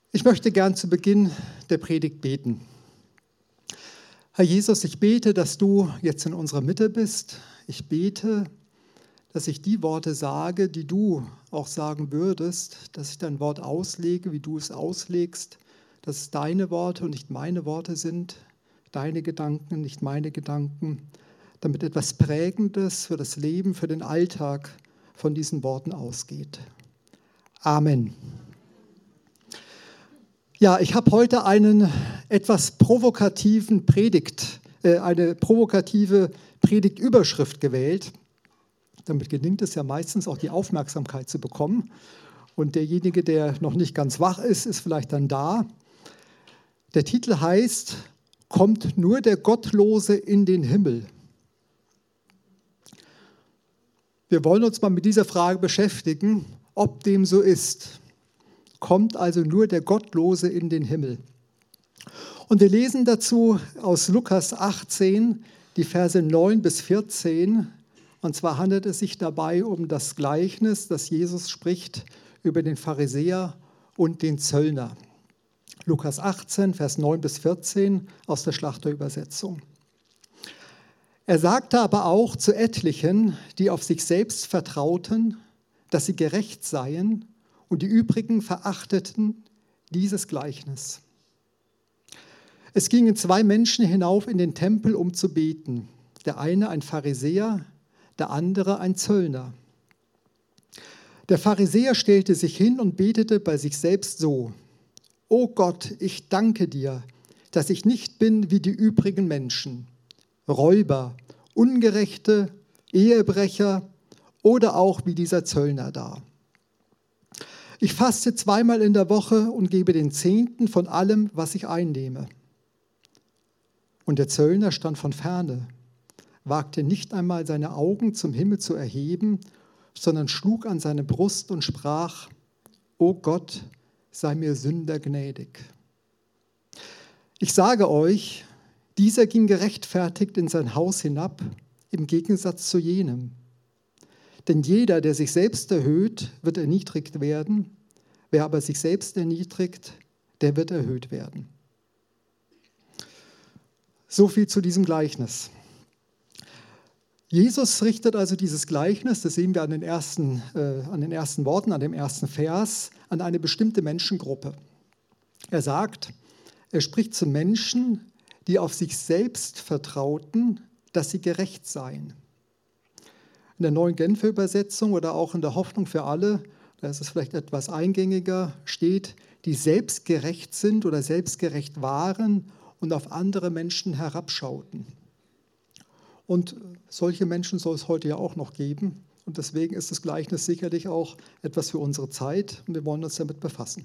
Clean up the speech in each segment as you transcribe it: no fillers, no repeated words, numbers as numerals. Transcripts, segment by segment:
Ich möchte gern zu Beginn der Predigt beten. Herr Jesus, ich bete, dass du jetzt in unserer Mitte bist. Ich bete, dass ich die Worte sage, die du auch sagen würdest, dass ich dein Wort auslege, wie du es auslegst, dass es deine Worte und nicht meine Worte sind, deine Gedanken, nicht meine Gedanken, damit etwas Prägendes für das Leben, für den Alltag von diesen Worten ausgeht. Amen. Ja, ich habe heute eine provokative Predigtüberschrift gewählt. Damit gelingt es ja meistens auch die Aufmerksamkeit zu bekommen. Und derjenige, der noch nicht ganz wach ist, ist vielleicht dann da. Der Titel heißt: Kommt nur der Gottlose in den Himmel? Wir wollen uns mal mit dieser Frage beschäftigen, ob dem so ist. Kommt also nur der Gottlose in den Himmel? Und wir lesen dazu aus Lukas 18, die Verse 9 bis 14. Und zwar handelt es sich dabei um das Gleichnis, das Jesus spricht über den Pharisäer und den Zöllner. Lukas 18, Vers 9 bis 14 aus der Schlachterübersetzung. Er sagte aber auch zu etlichen, die auf sich selbst vertrauten, dass sie gerecht seien, und die übrigen verachteten dieses Gleichnis. Es gingen 2 Menschen hinauf in den Tempel, um zu beten. Der eine ein Pharisäer, der andere ein Zöllner. Der Pharisäer stellte sich hin und betete bei sich selbst so: O Gott, ich danke dir, dass ich nicht bin wie die übrigen Menschen, Räuber, Ungerechte, Ehebrecher oder auch wie dieser Zöllner da. Ich faste 2-mal in der Woche und gebe den Zehnten von allem, was ich einnehme. Und der Zöllner stand von ferne, wagte nicht einmal seine Augen zum Himmel zu erheben, sondern schlug an seine Brust und sprach: O Gott, sei mir Sünder gnädig. Ich sage euch, dieser ging gerechtfertigt in sein Haus hinab, im Gegensatz zu jenem. Denn jeder, der sich selbst erhöht, wird erniedrigt werden. Wer aber sich selbst erniedrigt, der wird erhöht werden. So viel zu diesem Gleichnis. Jesus richtet also dieses Gleichnis, das sehen wir an den ersten Worten, an dem ersten Vers, an eine bestimmte Menschengruppe. Er spricht zu Menschen, die auf sich selbst vertrauten, dass sie gerecht seien. In der Neuen Genfer Übersetzung oder auch in der Hoffnung für alle, da ist es vielleicht etwas eingängiger, steht, die selbstgerecht sind oder selbstgerecht waren und auf andere Menschen herabschauten. Und solche Menschen soll es heute ja auch noch geben. Und deswegen ist das Gleichnis sicherlich auch etwas für unsere Zeit und wir wollen uns damit befassen.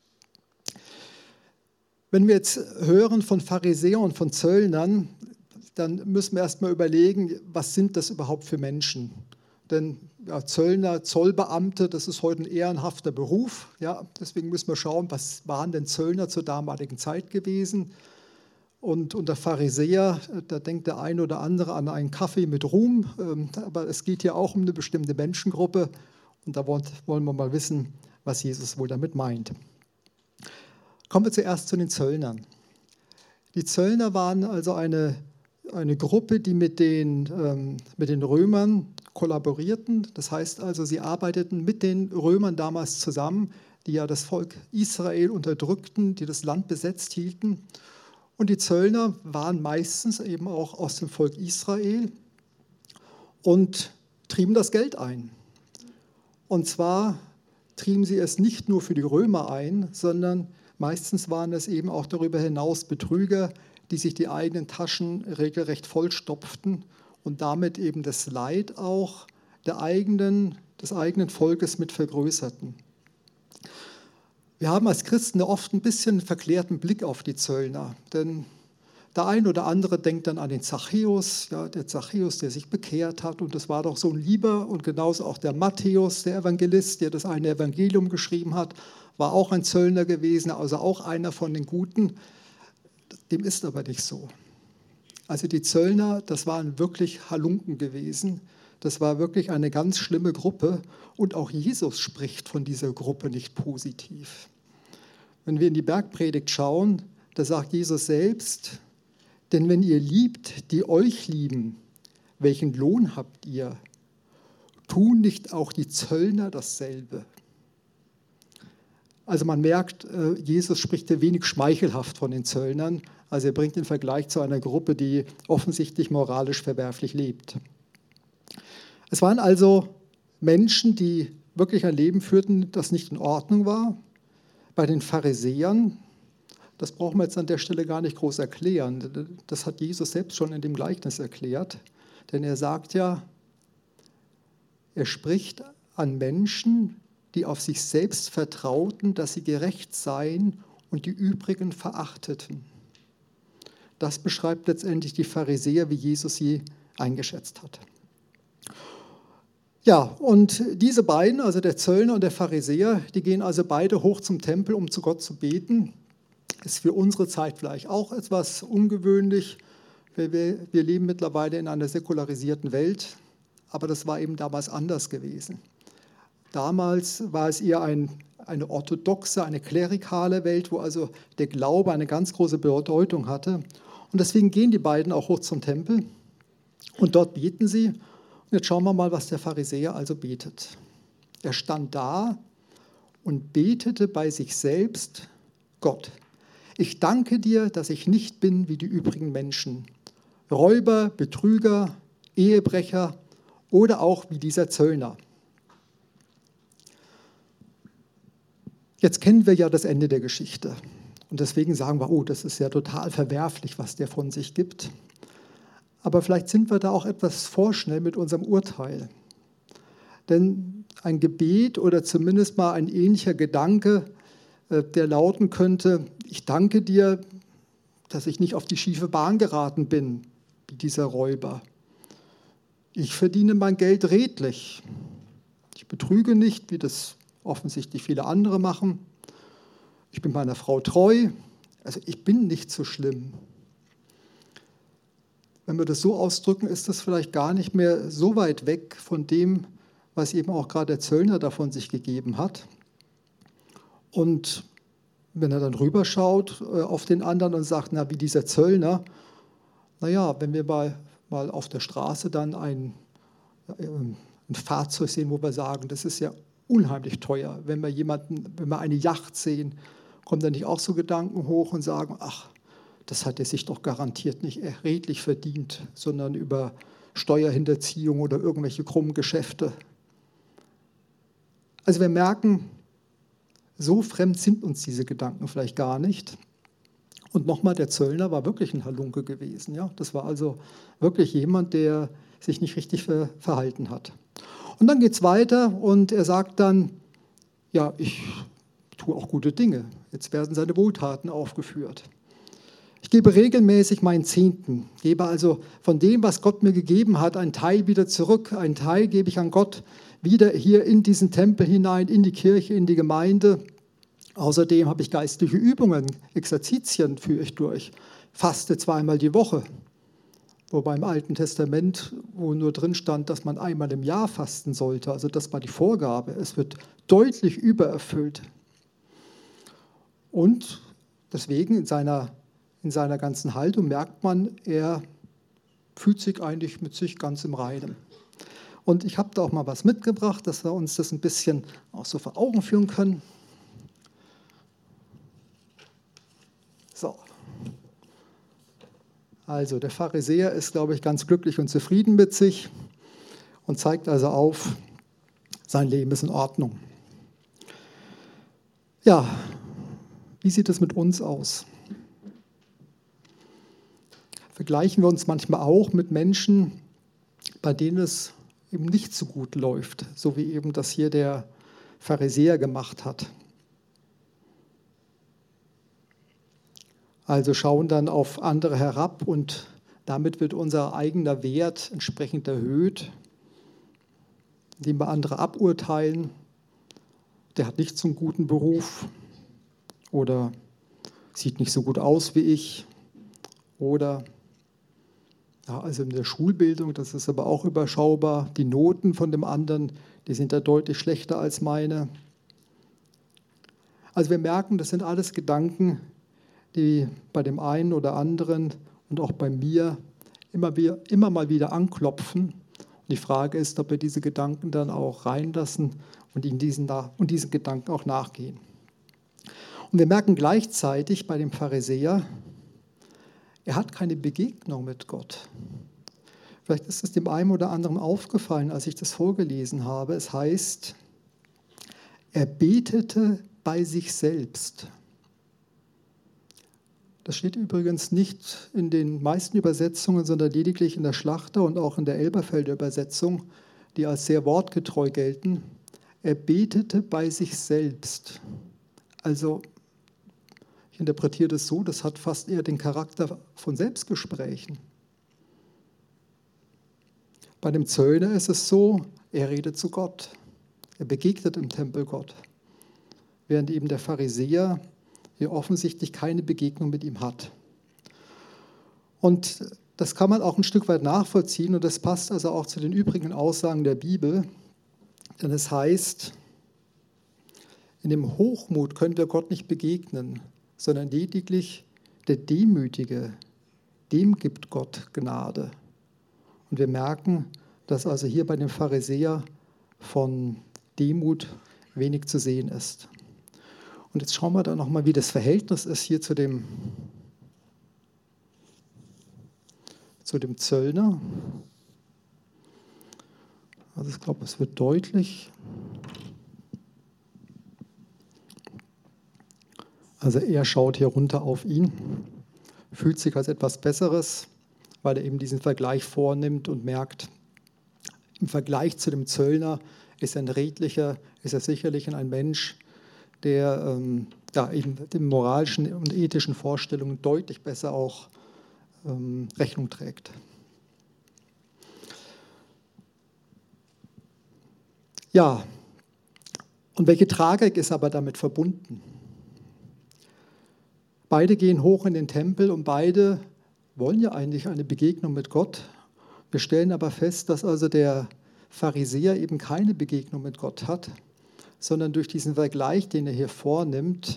Wenn wir jetzt hören von Pharisäern und von Zöllnern, dann müssen wir erstmal überlegen, was sind das überhaupt für Menschen? Denn ja, Zöllner, Zollbeamte, das ist heute ein ehrenhafter Beruf. Ja, deswegen müssen wir schauen, was waren denn Zöllner zur damaligen Zeit gewesen? Und unter Pharisäer, da denkt der eine oder andere an einen Kaffee mit Ruhm. Aber es geht hier auch um eine bestimmte Menschengruppe. Und da wollen wir mal wissen, was Jesus wohl damit meint. Kommen wir zuerst zu den Zöllnern. Die Zöllner waren also eine Gruppe, die mit den Römern kollaborierten. Das heißt also, sie arbeiteten mit den Römern damals zusammen, die ja das Volk Israel unterdrückten, die das Land besetzt hielten. Und die Zöllner waren meistens eben auch aus dem Volk Israel und trieben das Geld ein. Und zwar trieben sie es nicht nur für die Römer ein, sondern meistens waren es eben auch darüber hinaus Betrüger, die sich die eigenen Taschen regelrecht vollstopften und damit eben das Leid auch des eigenen Volkes mit vergrößerten. Wir haben als Christen oft ein bisschen verklärten Blick auf die Zöllner, denn der ein oder andere denkt dann an den Zachäus, ja, der Zachäus, der sich bekehrt hat und das war doch so ein Lieber, und genauso auch der Matthäus, der Evangelist, der das eine Evangelium geschrieben hat, war auch ein Zöllner gewesen, also auch einer von den Guten. Dem ist aber nicht so. Also die Zöllner, das waren wirklich Halunken gewesen. Das war wirklich eine ganz schlimme Gruppe. Und auch Jesus spricht von dieser Gruppe nicht positiv. Wenn wir in die Bergpredigt schauen, da sagt Jesus selbst, denn wenn ihr liebt, die euch lieben, welchen Lohn habt ihr? Tun nicht auch die Zöllner dasselbe? Also man merkt, Jesus spricht hier wenig schmeichelhaft von den Zöllnern. Also er bringt den Vergleich zu einer Gruppe, die offensichtlich moralisch verwerflich lebt. Es waren also Menschen, die wirklich ein Leben führten, das nicht in Ordnung war. Bei den Pharisäern, das brauchen wir jetzt an der Stelle gar nicht groß erklären. Das hat Jesus selbst schon in dem Gleichnis erklärt. Denn er sagt ja, er spricht an Menschen, die auf sich selbst vertrauten, dass sie gerecht seien und die übrigen verachteten. Das beschreibt letztendlich die Pharisäer, wie Jesus sie eingeschätzt hat. Ja, und diese beiden, also der Zöllner und der Pharisäer, die gehen also beide hoch zum Tempel, um zu Gott zu beten. Ist für unsere Zeit vielleicht auch etwas ungewöhnlich. Wir leben mittlerweile in einer säkularisierten Welt, aber das war eben damals anders gewesen. Damals war es eher eine orthodoxe, eine klerikale Welt, wo also der Glaube eine ganz große Bedeutung hatte. Und deswegen gehen die beiden auch hoch zum Tempel und dort beten sie. Und jetzt schauen wir mal, was der Pharisäer also betet. Er stand da und betete bei sich selbst: Gott, ich danke dir, dass ich nicht bin wie die übrigen Menschen, Räuber, Betrüger, Ehebrecher oder auch wie dieser Zöllner. Jetzt kennen wir ja das Ende der Geschichte und deswegen sagen wir, oh, das ist ja total verwerflich, was der von sich gibt. Aber vielleicht sind wir da auch etwas vorschnell mit unserem Urteil. Denn ein Gebet oder zumindest mal ein ähnlicher Gedanke, der lauten könnte: Ich danke dir, dass ich nicht auf die schiefe Bahn geraten bin, wie dieser Räuber. Ich verdiene mein Geld redlich. Ich betrüge nicht, wie das offensichtlich viele andere machen. Ich bin meiner Frau treu. Also ich bin nicht so schlimm. Wenn wir das so ausdrücken, ist das vielleicht gar nicht mehr so weit weg von dem, was eben auch gerade der Zöllner davon sich gegeben hat. Und wenn er dann rüberschaut auf den anderen und sagt, na, wie dieser Zöllner, naja, wenn wir mal auf der Straße dann ein Fahrzeug sehen, wo wir sagen, das ist ja unheimlich teuer. Wenn wir eine Yacht sehen, kommen da nicht auch so Gedanken hoch und sagen, ach, das hat er sich doch garantiert nicht redlich verdient, sondern über Steuerhinterziehung oder irgendwelche krummen Geschäfte. Also wir merken, so fremd sind uns diese Gedanken vielleicht gar nicht. Und nochmal, der Zöllner war wirklich ein Halunke gewesen. Ja? Das war also wirklich jemand, der sich nicht richtig verhalten hat. Und dann geht es weiter und er sagt dann, ja, ich tue auch gute Dinge. Jetzt werden seine Wohltaten aufgeführt. Ich gebe regelmäßig meinen Zehnten, gebe also von dem, was Gott mir gegeben hat, einen Teil wieder zurück. Einen Teil gebe ich an Gott wieder hier in diesen Tempel hinein, in die Kirche, in die Gemeinde. Außerdem habe ich geistliche Übungen, Exerzitien führe ich durch, faste 2-mal die Woche. Wobei im Alten Testament, wo nur drin stand, dass man einmal im Jahr fasten sollte, also das war die Vorgabe. Es wird deutlich übererfüllt. Und deswegen in seiner ganzen Haltung merkt man, er fühlt sich eigentlich mit sich ganz im Reinen. Und ich habe da auch mal was mitgebracht, dass wir uns das ein bisschen auch so vor Augen führen können. So. Also der Pharisäer ist, glaube ich, ganz glücklich und zufrieden mit sich und zeigt also auf, sein Leben ist in Ordnung. Ja, wie sieht es mit uns aus? Vergleichen wir uns manchmal auch mit Menschen, bei denen es eben nicht so gut läuft, so wie eben das hier der Pharisäer gemacht hat. Also schauen dann auf andere herab und damit wird unser eigener Wert entsprechend erhöht, indem wir andere aburteilen. Der hat nicht so einen guten Beruf oder sieht nicht so gut aus wie ich oder ja, also in der Schulbildung, das ist aber auch überschaubar, die Noten von dem anderen, die sind da deutlich schlechter als meine. Also wir merken, das sind alles Gedanken, die bei dem einen oder anderen und auch bei mir immer mal wieder anklopfen. Und die Frage ist, ob wir diese Gedanken dann auch reinlassen und diesen Gedanken auch nachgehen. Und wir merken gleichzeitig bei dem Pharisäer, er hat keine Begegnung mit Gott. Vielleicht ist es dem einen oder anderen aufgefallen, als ich das vorgelesen habe. Es heißt, er betete bei sich selbst. Das steht übrigens nicht in den meisten Übersetzungen, sondern lediglich in der Schlachter und auch in der Elberfelder Übersetzung, die als sehr wortgetreu gelten. Er betete bei sich selbst. Also, ich interpretiere das so, das hat fast eher den Charakter von Selbstgesprächen. Bei dem Zöllner ist es so, er redet zu Gott. Er begegnet im Tempel Gott. Während eben der Pharisäer hier offensichtlich keine Begegnung mit ihm hat. Und das kann man auch ein Stück weit nachvollziehen und das passt also auch zu den übrigen Aussagen der Bibel, denn es heißt, in dem Hochmut können wir Gott nicht begegnen, sondern lediglich der Demütige, dem gibt Gott Gnade. Und wir merken, dass also hier bei dem Pharisäer von Demut wenig zu sehen ist. Und jetzt schauen wir da nochmal, wie das Verhältnis ist hier zu dem Zöllner. Also ich glaube, es wird deutlich. Also er schaut hier runter auf ihn, fühlt sich als etwas Besseres, weil er eben diesen Vergleich vornimmt und merkt, im Vergleich zu dem Zöllner ist er ein redlicher, ist er sicherlich ein Mensch, der eben den moralischen und ethischen Vorstellungen deutlich besser auch Rechnung trägt. Ja, und welche Tragik ist aber damit verbunden? Beide gehen hoch in den Tempel und beide wollen ja eigentlich eine Begegnung mit Gott. Wir stellen aber fest, dass also der Pharisäer eben keine Begegnung mit Gott hat, sondern durch diesen Vergleich, den er hier vornimmt,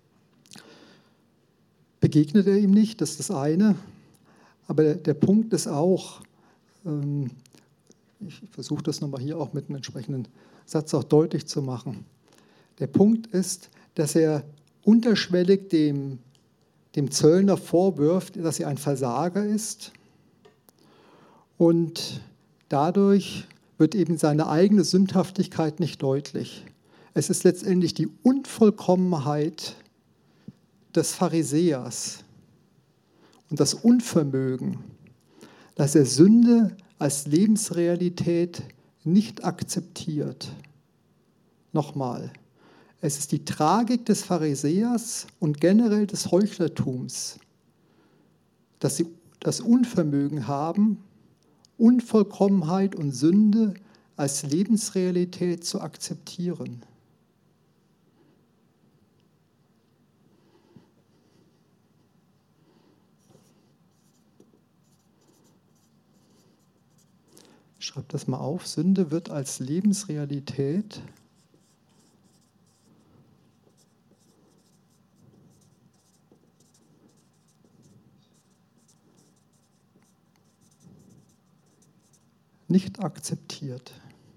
begegnet er ihm nicht, das ist das eine. Aber der Punkt ist auch, ich versuche das nochmal hier auch mit einem entsprechenden Satz auch deutlich zu machen. Der Punkt ist, dass er unterschwellig dem Zöllner vorwirft, dass er ein Versager ist und dadurch wird eben seine eigene Sündhaftigkeit nicht deutlich. Es ist letztendlich die Unvollkommenheit des Pharisäers und das Unvermögen, dass er Sünde als Lebensrealität nicht akzeptiert. Nochmal, es ist die Tragik des Pharisäers und generell des Heuchlertums, dass sie das Unvermögen haben, Unvollkommenheit und Sünde als Lebensrealität zu akzeptieren. Schreibt das mal auf. Sünde wird als Lebensrealität nicht akzeptiert.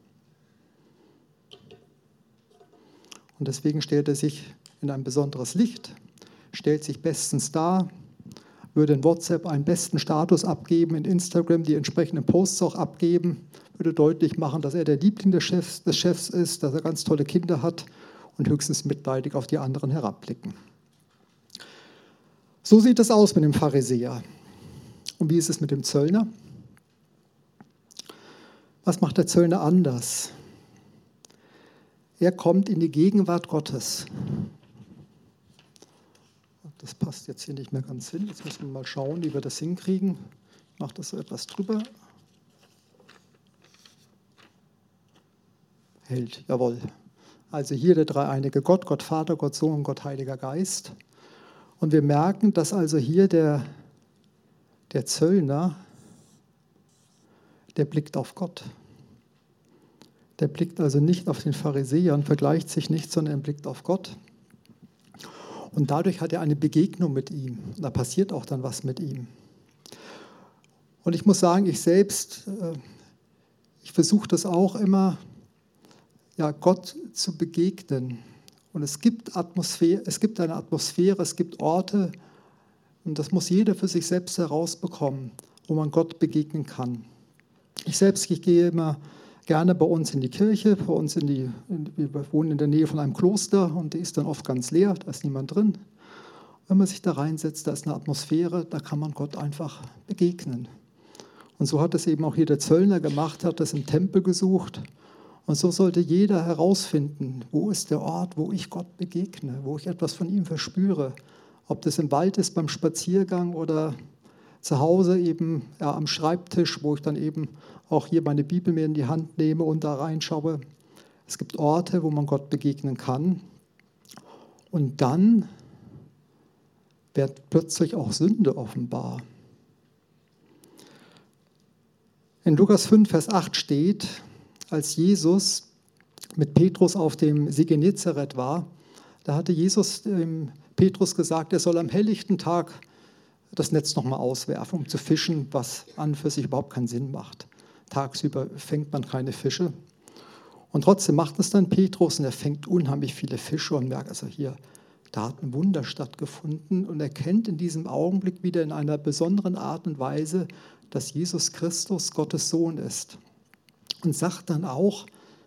Und deswegen stellt er sich in ein besonderes Licht, stellt sich bestens dar, würde in WhatsApp einen besten Status abgeben, in Instagram die entsprechenden Posts auch abgeben, würde deutlich machen, dass er der Liebling des Chefs ist, dass er ganz tolle Kinder hat und höchstens mitleidig auf die anderen herabblicken. So sieht es aus mit dem Pharisäer. Und wie ist es mit dem Zöllner? Was macht der Zöllner anders? Er kommt in die Gegenwart Gottes. Das passt jetzt hier nicht mehr ganz hin. Jetzt müssen wir mal schauen, wie wir das hinkriegen. Ich mache das so etwas drüber. Hält, jawohl. Also hier der dreieinige Gott, Gott Vater, Gott Sohn und Gott Heiliger Geist. Und wir merken, dass also hier der Zöllner, der blickt auf Gott. Der blickt also nicht auf den Pharisäer und vergleicht sich nicht, sondern er blickt auf Gott. Und dadurch hat er eine Begegnung mit ihm. Und da passiert auch dann was mit ihm. Und ich muss sagen, ich selbst, ich versuche das auch immer, ja, Gott zu begegnen. Und es gibt Atmosphäre, es gibt eine Atmosphäre, es gibt Orte, und das muss jeder für sich selbst herausbekommen, wo man Gott begegnen kann. Ich selbst, ich gehe immer gerne bei uns in die Kirche, wir wohnen in der Nähe von einem Kloster und die ist dann oft ganz leer, da ist niemand drin. Wenn man sich da reinsetzt, da ist eine Atmosphäre, da kann man Gott einfach begegnen. Und so hat es eben auch hier der Zöllner gemacht, hat das im Tempel gesucht. Und so sollte jeder herausfinden, wo ist der Ort, wo ich Gott begegne, wo ich etwas von ihm verspüre. Ob das im Wald ist, beim Spaziergang oder zu Hause eben ja, am Schreibtisch, wo ich dann eben auch hier meine Bibel mir in die Hand nehme und da reinschaue. Es gibt Orte, wo man Gott begegnen kann. Und dann wird plötzlich auch Sünde offenbar. In Lukas 5, Vers 8 steht, als Jesus mit Petrus auf dem See Genezareth war, da hatte Jesus Petrus gesagt, er soll am helllichten Tag das Netz nochmal auswerfen, um zu fischen, was an und für sich überhaupt keinen Sinn macht. Tagsüber fängt man keine Fische. Und trotzdem macht es dann Petrus und er fängt unheimlich viele Fische und merkt, also hier, da hat ein Wunder stattgefunden und erkennt in diesem Augenblick wieder in einer besonderen Art und Weise, dass Jesus Christus Gottes Sohn ist. Und sagt dann auch,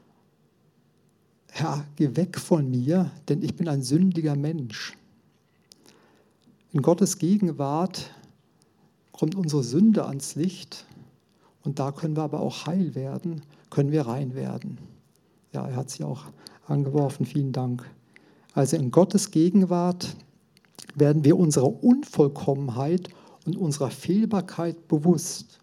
Herr, geh weg von mir, denn ich bin ein sündiger Mensch. In Gottes Gegenwart kommt unsere Sünde ans Licht und da können wir aber auch heil werden, können wir rein werden. Ja, er hat sie auch angeworfen, vielen Dank. Also in Gottes Gegenwart werden wir unserer Unvollkommenheit und unserer Fehlbarkeit bewusst.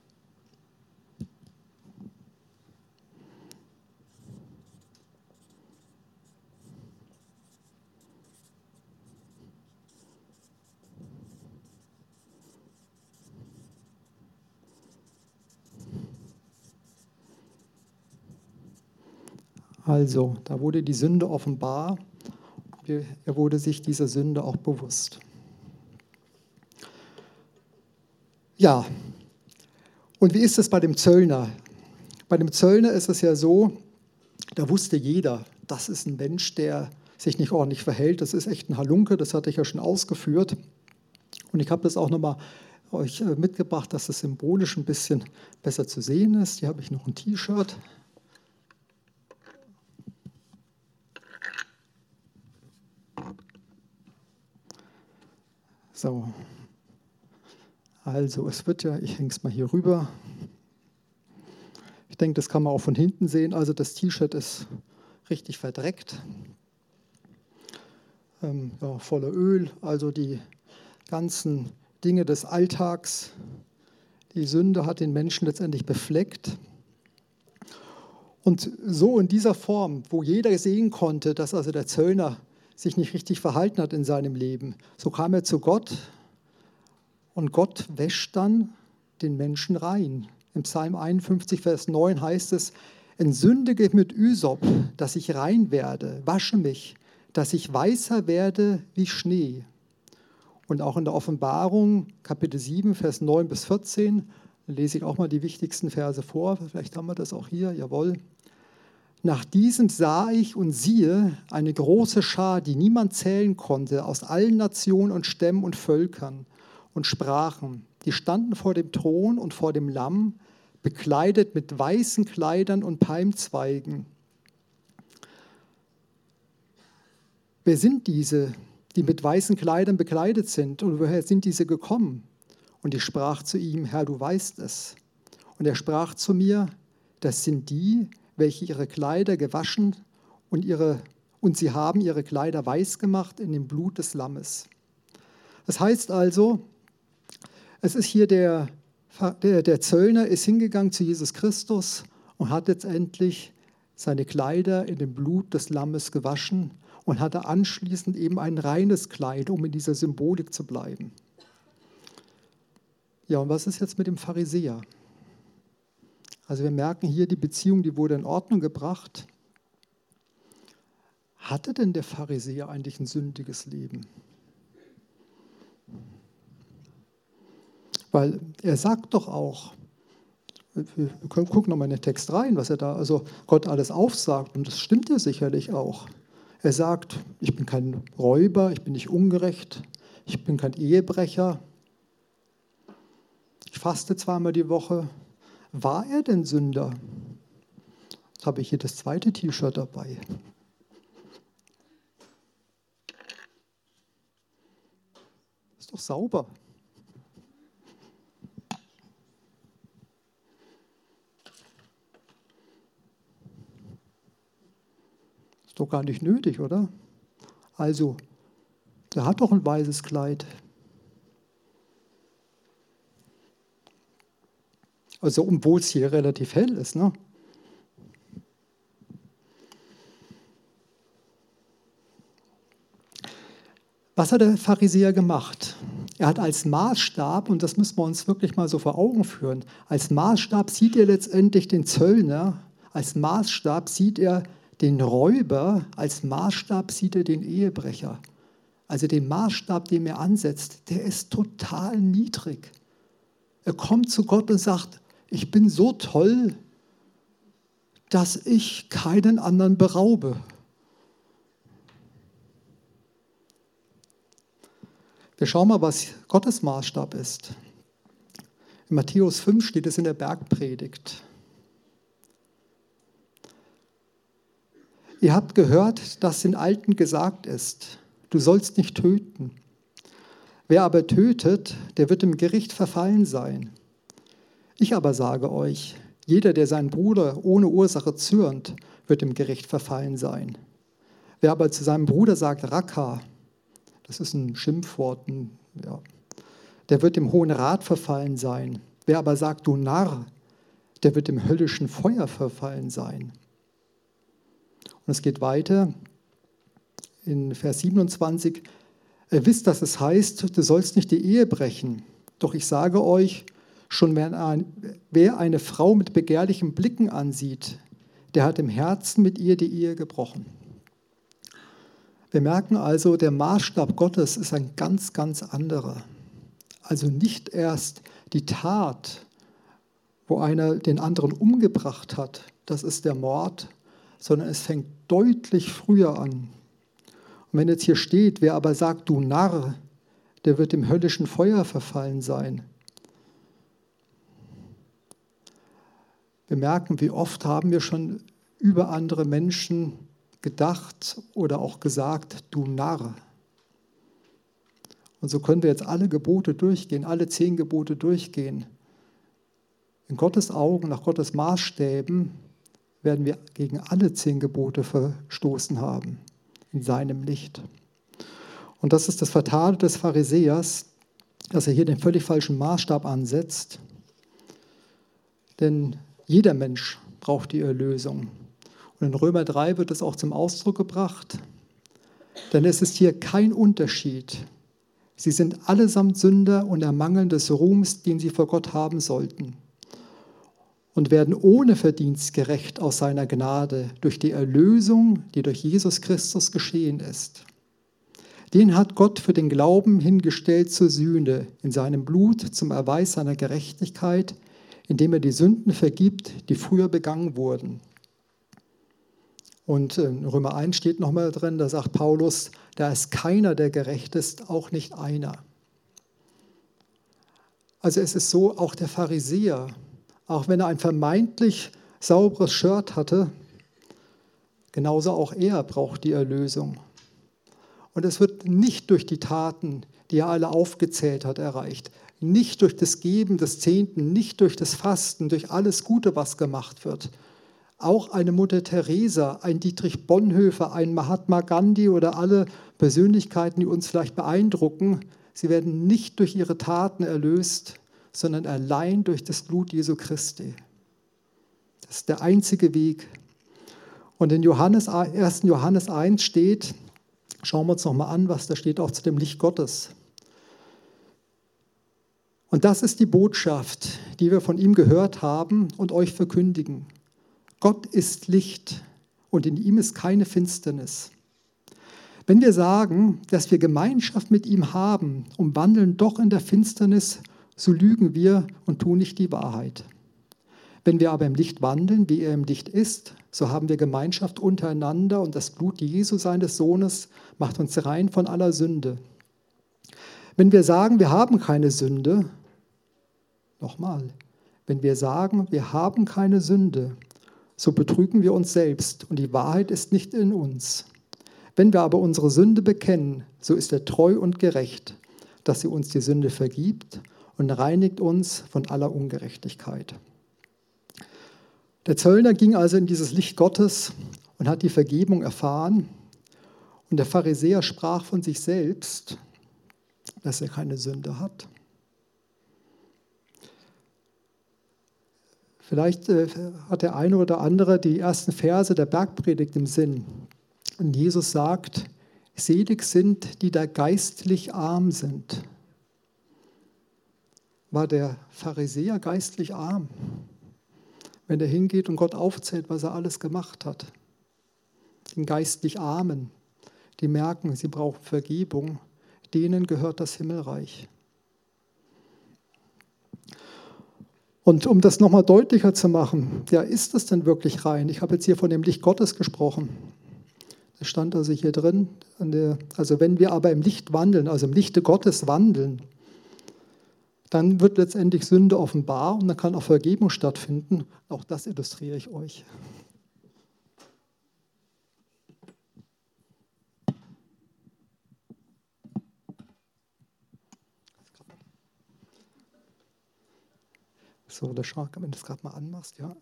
Also, da wurde die Sünde offenbar. Er wurde sich dieser Sünde auch bewusst. Ja, und wie ist es bei dem Zöllner? Bei dem Zöllner ist es ja so, da wusste jeder, das ist ein Mensch, der sich nicht ordentlich verhält. Das ist echt ein Halunke, das hatte ich ja schon ausgeführt. Und ich habe das auch nochmal euch mitgebracht, dass das symbolisch ein bisschen besser zu sehen ist. Hier habe ich noch ein T-Shirt. So, also es wird ja, ich hänge es mal hier rüber. Ich denke, das kann man auch von hinten sehen. Also das T-Shirt ist richtig verdreckt, ja, voller Öl. Also die ganzen Dinge des Alltags, die Sünde hat den Menschen letztendlich befleckt. Und so in dieser Form, wo jeder sehen konnte, dass also der Zöllner sich nicht richtig verhalten hat in seinem Leben. So kam er zu Gott und Gott wäscht dann den Menschen rein. Im Psalm 51, Vers 9 heißt es, entsündige mit Ysop, dass ich rein werde, wasche mich, dass ich weißer werde wie Schnee. Und auch in der Offenbarung, Kapitel 7, Vers 9 bis 14, lese ich auch mal die wichtigsten Verse vor, vielleicht haben wir das auch hier, jawohl. Nach diesem sah ich und siehe eine große Schar, die niemand zählen konnte, aus allen Nationen und Stämmen und Völkern und Sprachen. Die standen vor dem Thron und vor dem Lamm, bekleidet mit weißen Kleidern und Palmzweigen. Wer sind diese, die mit weißen Kleidern bekleidet sind? Und woher sind diese gekommen? Und ich sprach zu ihm, Herr, du weißt es. Und er sprach zu mir, das sind die, welche ihre Kleider gewaschen und sie haben ihre Kleider weiß gemacht in dem Blut des Lammes. Das heißt also, es ist hier der Zöllner ist hingegangen zu Jesus Christus und hat letztendlich seine Kleider in dem Blut des Lammes gewaschen und hatte anschließend eben ein reines Kleid, um in dieser Symbolik zu bleiben. Ja, und was ist jetzt mit dem Pharisäer? Also wir merken hier, die Beziehung, die wurde in Ordnung gebracht. Hatte denn der Pharisäer eigentlich ein sündiges Leben? Weil er sagt doch auch, wir gucken nochmal in den Text rein, was er da, also Gott alles aufsagt, und das stimmt ja sicherlich auch. Er sagt, ich bin kein Räuber, ich bin nicht ungerecht, ich bin kein Ehebrecher, ich faste zweimal die Woche. War er denn Sünder? Jetzt habe ich hier das zweite T-Shirt dabei. Ist doch sauber. Ist doch gar nicht nötig, oder? Also, der hat doch ein weißes Kleid. Also, obwohl es hier relativ hell ist, ne? Was hat der Pharisäer gemacht? Er hat als Maßstab, und das müssen wir uns wirklich mal so vor Augen führen, als Maßstab sieht er letztendlich den Zöllner, als Maßstab sieht er den Räuber, als Maßstab sieht er den Ehebrecher. Also den Maßstab, den er ansetzt, der ist total niedrig. Er kommt zu Gott und sagt, ich bin so toll, dass ich keinen anderen beraube. Wir schauen mal, was Gottes Maßstab ist. In Matthäus 5 steht es in der Bergpredigt. Ihr habt gehört, dass den Alten gesagt ist, du sollst nicht töten. Wer aber tötet, der wird im Gericht verfallen sein. Ich aber sage euch, jeder, der seinen Bruder ohne Ursache zürnt, wird im Gericht verfallen sein. Wer aber zu seinem Bruder sagt, Raka, das ist ein Schimpfwort, der wird im Hohen Rat verfallen sein. Wer aber sagt, du Narr, der wird im höllischen Feuer verfallen sein. Und es geht weiter in Vers 27. Ihr wisst, dass es heißt, du sollst nicht die Ehe brechen. Doch ich sage euch, schon wer eine Frau mit begehrlichen Blicken ansieht, der hat im Herzen mit ihr die Ehe gebrochen. Wir merken also, der Maßstab Gottes ist ein ganz, ganz anderer. Also nicht erst die Tat, wo einer den anderen umgebracht hat, das ist der Mord, sondern es fängt deutlich früher an. Und wenn jetzt hier steht, wer aber sagt, du Narr, der wird im höllischen Feuer verfallen sein. Wir merken, wie oft haben wir schon über andere Menschen gedacht oder auch gesagt, du Narr. Und so können wir jetzt alle Gebote durchgehen, alle 10 Gebote durchgehen. In Gottes Augen, nach Gottes Maßstäben, werden wir gegen alle 10 Gebote verstoßen haben, in seinem Licht. Und das ist das Fatale des Pharisäers, dass er hier den völlig falschen Maßstab ansetzt. Denn jeder Mensch braucht die Erlösung. Und in Römer 3 wird es auch zum Ausdruck gebracht. Denn es ist hier kein Unterschied. Sie sind allesamt Sünder und ermangeln des Ruhms, den sie vor Gott haben sollten. Und werden ohne Verdienst gerecht aus seiner Gnade durch die Erlösung, die durch Jesus Christus geschehen ist. Den hat Gott für den Glauben hingestellt zur Sühne, in seinem Blut zum Erweis seiner Gerechtigkeit, indem er die Sünden vergibt, die früher begangen wurden. Und in Römer 1 steht nochmal drin, da sagt Paulus, da ist keiner, der gerecht ist, auch nicht einer. Also es ist so, auch der Pharisäer, auch wenn er ein vermeintlich sauberes Shirt hatte, genauso auch er braucht die Erlösung. Und es wird nicht durch die Taten, die er alle aufgezählt hat, erreicht. Nicht durch das Geben des Zehnten, nicht durch das Fasten, durch alles Gute, was gemacht wird. Auch eine Mutter Teresa, ein Dietrich Bonhoeffer, ein Mahatma Gandhi oder alle Persönlichkeiten, die uns vielleicht beeindrucken, sie werden nicht durch ihre Taten erlöst, sondern allein durch das Blut Jesu Christi. Das ist der einzige Weg. Und in 1. Johannes 1 steht, schauen wir uns nochmal an, was da steht, auch zu dem Licht Gottes. Und das ist die Botschaft, die wir von ihm gehört haben und euch verkündigen. Gott ist Licht und in ihm ist keine Finsternis. Wenn wir sagen, dass wir Gemeinschaft mit ihm haben und wandeln doch in der Finsternis, so lügen wir und tun nicht die Wahrheit. Wenn wir aber im Licht wandeln, wie er im Licht ist, so haben wir Gemeinschaft untereinander und das Blut Jesu, seines Sohnes, macht uns rein von aller Sünde. Wenn wir sagen, wir haben keine Sünde, nochmal, wenn wir sagen, wir haben keine Sünde, so betrügen wir uns selbst und die Wahrheit ist nicht in uns. Wenn wir aber unsere Sünde bekennen, so ist er treu und gerecht, dass er uns die Sünde vergibt und reinigt uns von aller Ungerechtigkeit. Der Zöllner ging also in dieses Licht Gottes und hat die Vergebung erfahren. Und der Pharisäer sprach von sich selbst, dass er keine Sünde hat. Vielleicht hat der eine oder andere die ersten Verse der Bergpredigt im Sinn. Und Jesus sagt, selig sind, die da geistlich arm sind. War der Pharisäer geistlich arm? Wenn er hingeht und Gott aufzählt, was er alles gemacht hat. Den geistlich Armen, die merken, sie brauchen Vergebung, denen gehört das Himmelreich. Und um das nochmal deutlicher zu machen, ja, ist das denn wirklich rein? Ich habe jetzt hier von dem Licht Gottes gesprochen. Das stand also hier drin. Also wenn wir aber im Licht wandeln, also im Lichte Gottes wandeln, dann wird letztendlich Sünde offenbar und dann kann auch Vergebung stattfinden. Auch das illustriere ich euch. So, wenn du das gerade mal anmachst, ja.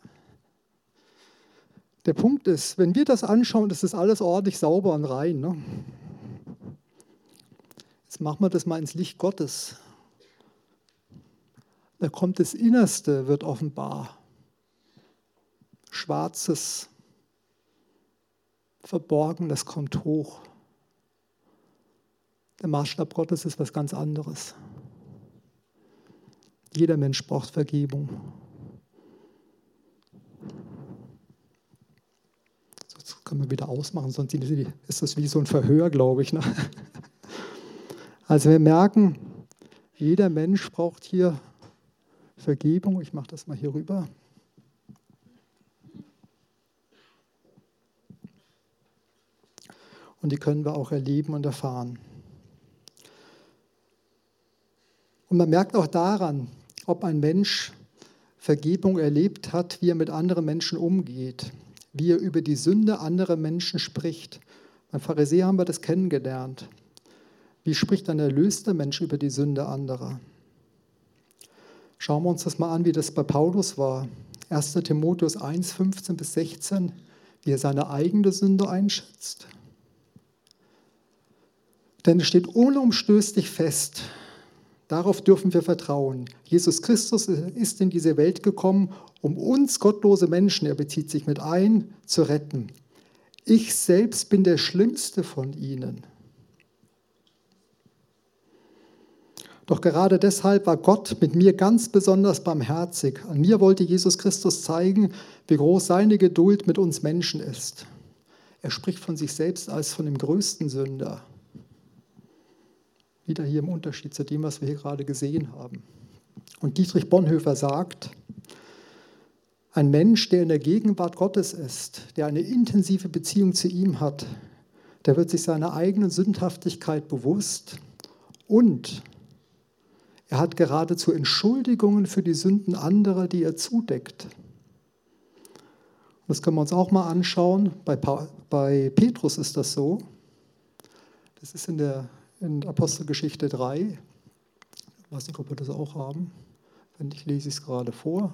Der Punkt ist, wenn wir das anschauen, das ist alles ordentlich sauber und rein. Ne? Jetzt machen wir das mal ins Licht Gottes. Da kommt das Innerste, wird offenbar. Schwarzes, Verborgenes kommt hoch. Der Maßstab Gottes ist was ganz anderes. Jeder Mensch braucht Vergebung. Das können wir wieder ausmachen, sonst ist das wie so ein Verhör, glaube ich. Ne? Also wir merken, jeder Mensch braucht hier Vergebung. Ich mache das mal hier rüber. Und die können wir auch erleben und erfahren. Und man merkt auch daran, ob ein Mensch Vergebung erlebt hat, wie er mit anderen Menschen umgeht, wie er über die Sünde anderer Menschen spricht. Beim Pharisäer haben wir das kennengelernt. Wie spricht ein erlöster Mensch über die Sünde anderer? Schauen wir uns das mal an, wie das bei Paulus war. 1. Timotheus 1, 15 bis 16, wie er seine eigene Sünde einschätzt. Denn es steht unumstößlich fest, darauf dürfen wir vertrauen. Jesus Christus ist in diese Welt gekommen, um uns gottlose Menschen, er bezieht sich mit ein, zu retten. Ich selbst bin der Schlimmste von ihnen. Doch gerade deshalb war Gott mit mir ganz besonders barmherzig. An mir wollte Jesus Christus zeigen, wie groß seine Geduld mit uns Menschen ist. Er spricht von sich selbst als von dem größten Sünder. Wieder hier im Unterschied zu dem, was wir hier gerade gesehen haben. Und Dietrich Bonhoeffer sagt, ein Mensch, der in der Gegenwart Gottes ist, der eine intensive Beziehung zu ihm hat, der wird sich seiner eigenen Sündhaftigkeit bewusst und er hat geradezu Entschuldigungen für die Sünden anderer, die er zudeckt. Das können wir uns auch mal anschauen. Bei Petrus ist das so. Das ist in Apostelgeschichte 3. Ich weiß nicht, ob wir das auch haben. Wenn nicht, lese ich es gerade vor.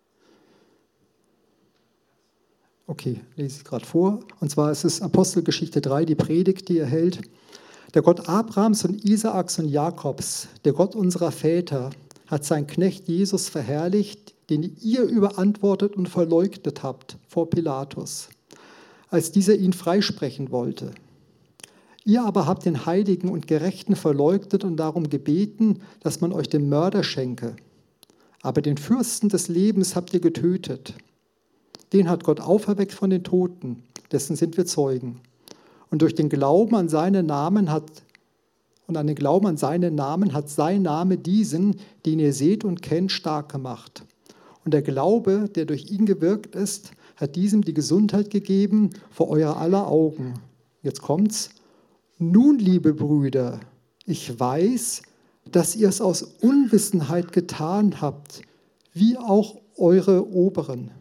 Okay, lese ich gerade vor. Und zwar ist es Apostelgeschichte 3, die Predigt, die er hält. Der Gott Abrahams und Isaaks und Jakobs, der Gott unserer Väter, hat seinen Knecht Jesus verherrlicht, den ihr überantwortet und verleugnet habt vor Pilatus, als dieser ihn freisprechen wollte. Ihr aber habt den Heiligen und Gerechten verleugnet und darum gebeten, dass man euch den Mörder schenke. Aber den Fürsten des Lebens habt ihr getötet. Den hat Gott auferweckt von den Toten, dessen sind wir Zeugen. Und durch den Glauben an seinen Namen hat und an den Glauben an seinen Namen hat sein Name diesen, den ihr seht und kennt, stark gemacht. Und der Glaube, der durch ihn gewirkt ist, hat diesem die Gesundheit gegeben vor euer aller Augen. Jetzt kommt's. Nun, liebe Brüder, ich weiß, dass ihr es aus Unwissenheit getan habt, wie auch eure Oberen.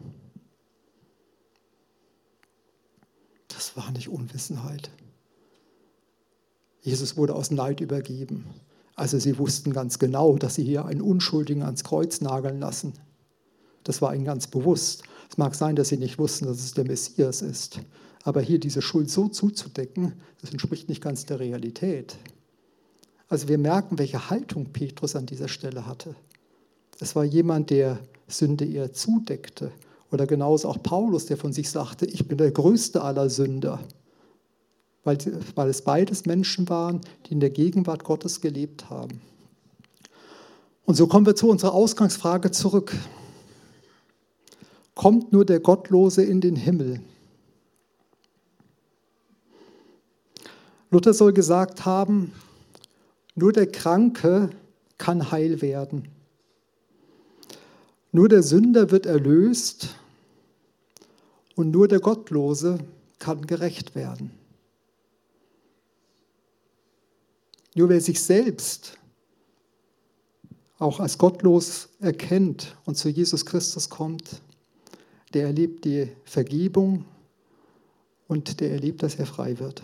Das war nicht Unwissenheit. Jesus wurde aus Neid übergeben. Also sie wussten ganz genau, dass sie hier einen Unschuldigen ans Kreuz nageln lassen. Das war ihnen ganz bewusst. Es mag sein, dass sie nicht wussten, dass es der Messias ist. Aber hier diese Schuld so zuzudecken, das entspricht nicht ganz der Realität. Also wir merken, welche Haltung Petrus an dieser Stelle hatte. Es war jemand, der Sünde eher zudeckte. Oder genauso auch Paulus, der von sich sagte, ich bin der größte aller Sünder. Weil es beides Menschen waren, die in der Gegenwart Gottes gelebt haben. Und so kommen wir zu unserer Ausgangsfrage zurück. Kommt nur der Gottlose in den Himmel? Luther soll gesagt haben, nur der Kranke kann heil werden. Nur der Sünder wird erlöst und nur der Gottlose kann gerecht werden. Nur wer sich selbst auch als gottlos erkennt und zu Jesus Christus kommt, der erlebt die Vergebung und der erlebt, dass er frei wird.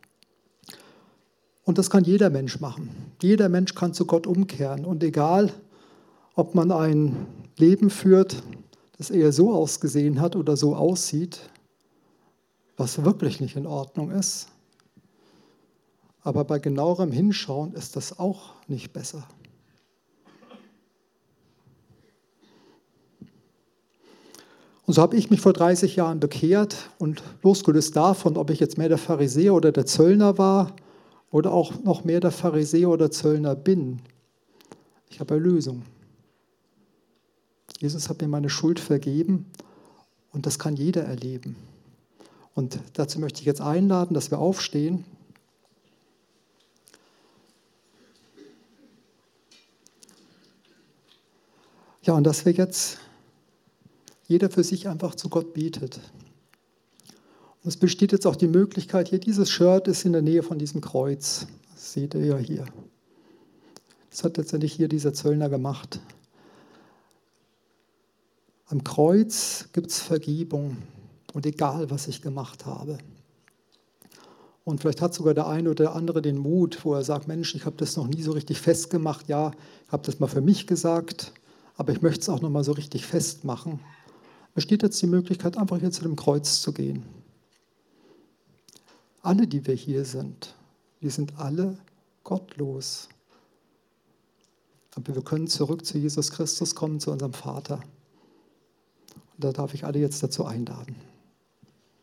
Und das kann jeder Mensch machen. Jeder Mensch kann zu Gott umkehren. Und egal, ob man ein Leben führt, das eher so ausgesehen hat oder so aussieht, was wirklich nicht in Ordnung ist, aber bei genauerem Hinschauen ist das auch nicht besser. Und so habe ich mich vor 30 Jahren bekehrt und losgelöst davon, ob ich jetzt mehr der Pharisäer oder der Zöllner war oder auch noch mehr der Pharisäer oder Zöllner bin. Ich habe Erlösung. Jesus hat mir meine Schuld vergeben und das kann jeder erleben. Und dazu möchte ich jetzt einladen, dass wir aufstehen. Ja, und dass wir jetzt jeder für sich einfach zu Gott betet. Und es besteht jetzt auch die Möglichkeit, hier dieses Shirt ist in der Nähe von diesem Kreuz. Das seht ihr ja hier. Das hat letztendlich hier dieser Zöllner gemacht. Am Kreuz gibt es Vergebung und egal, was ich gemacht habe. Und vielleicht hat sogar der eine oder andere den Mut, wo er sagt, Mensch, ich habe das noch nie so richtig festgemacht. Ja, ich habe das mal für mich gesagt, aber ich möchte es auch noch mal so richtig festmachen. Besteht jetzt die Möglichkeit, einfach hier zu dem Kreuz zu gehen. Alle, die wir hier sind, wir sind alle gottlos. Aber wir können zurück zu Jesus Christus kommen, zu unserem Vater. Und da darf ich alle jetzt dazu einladen.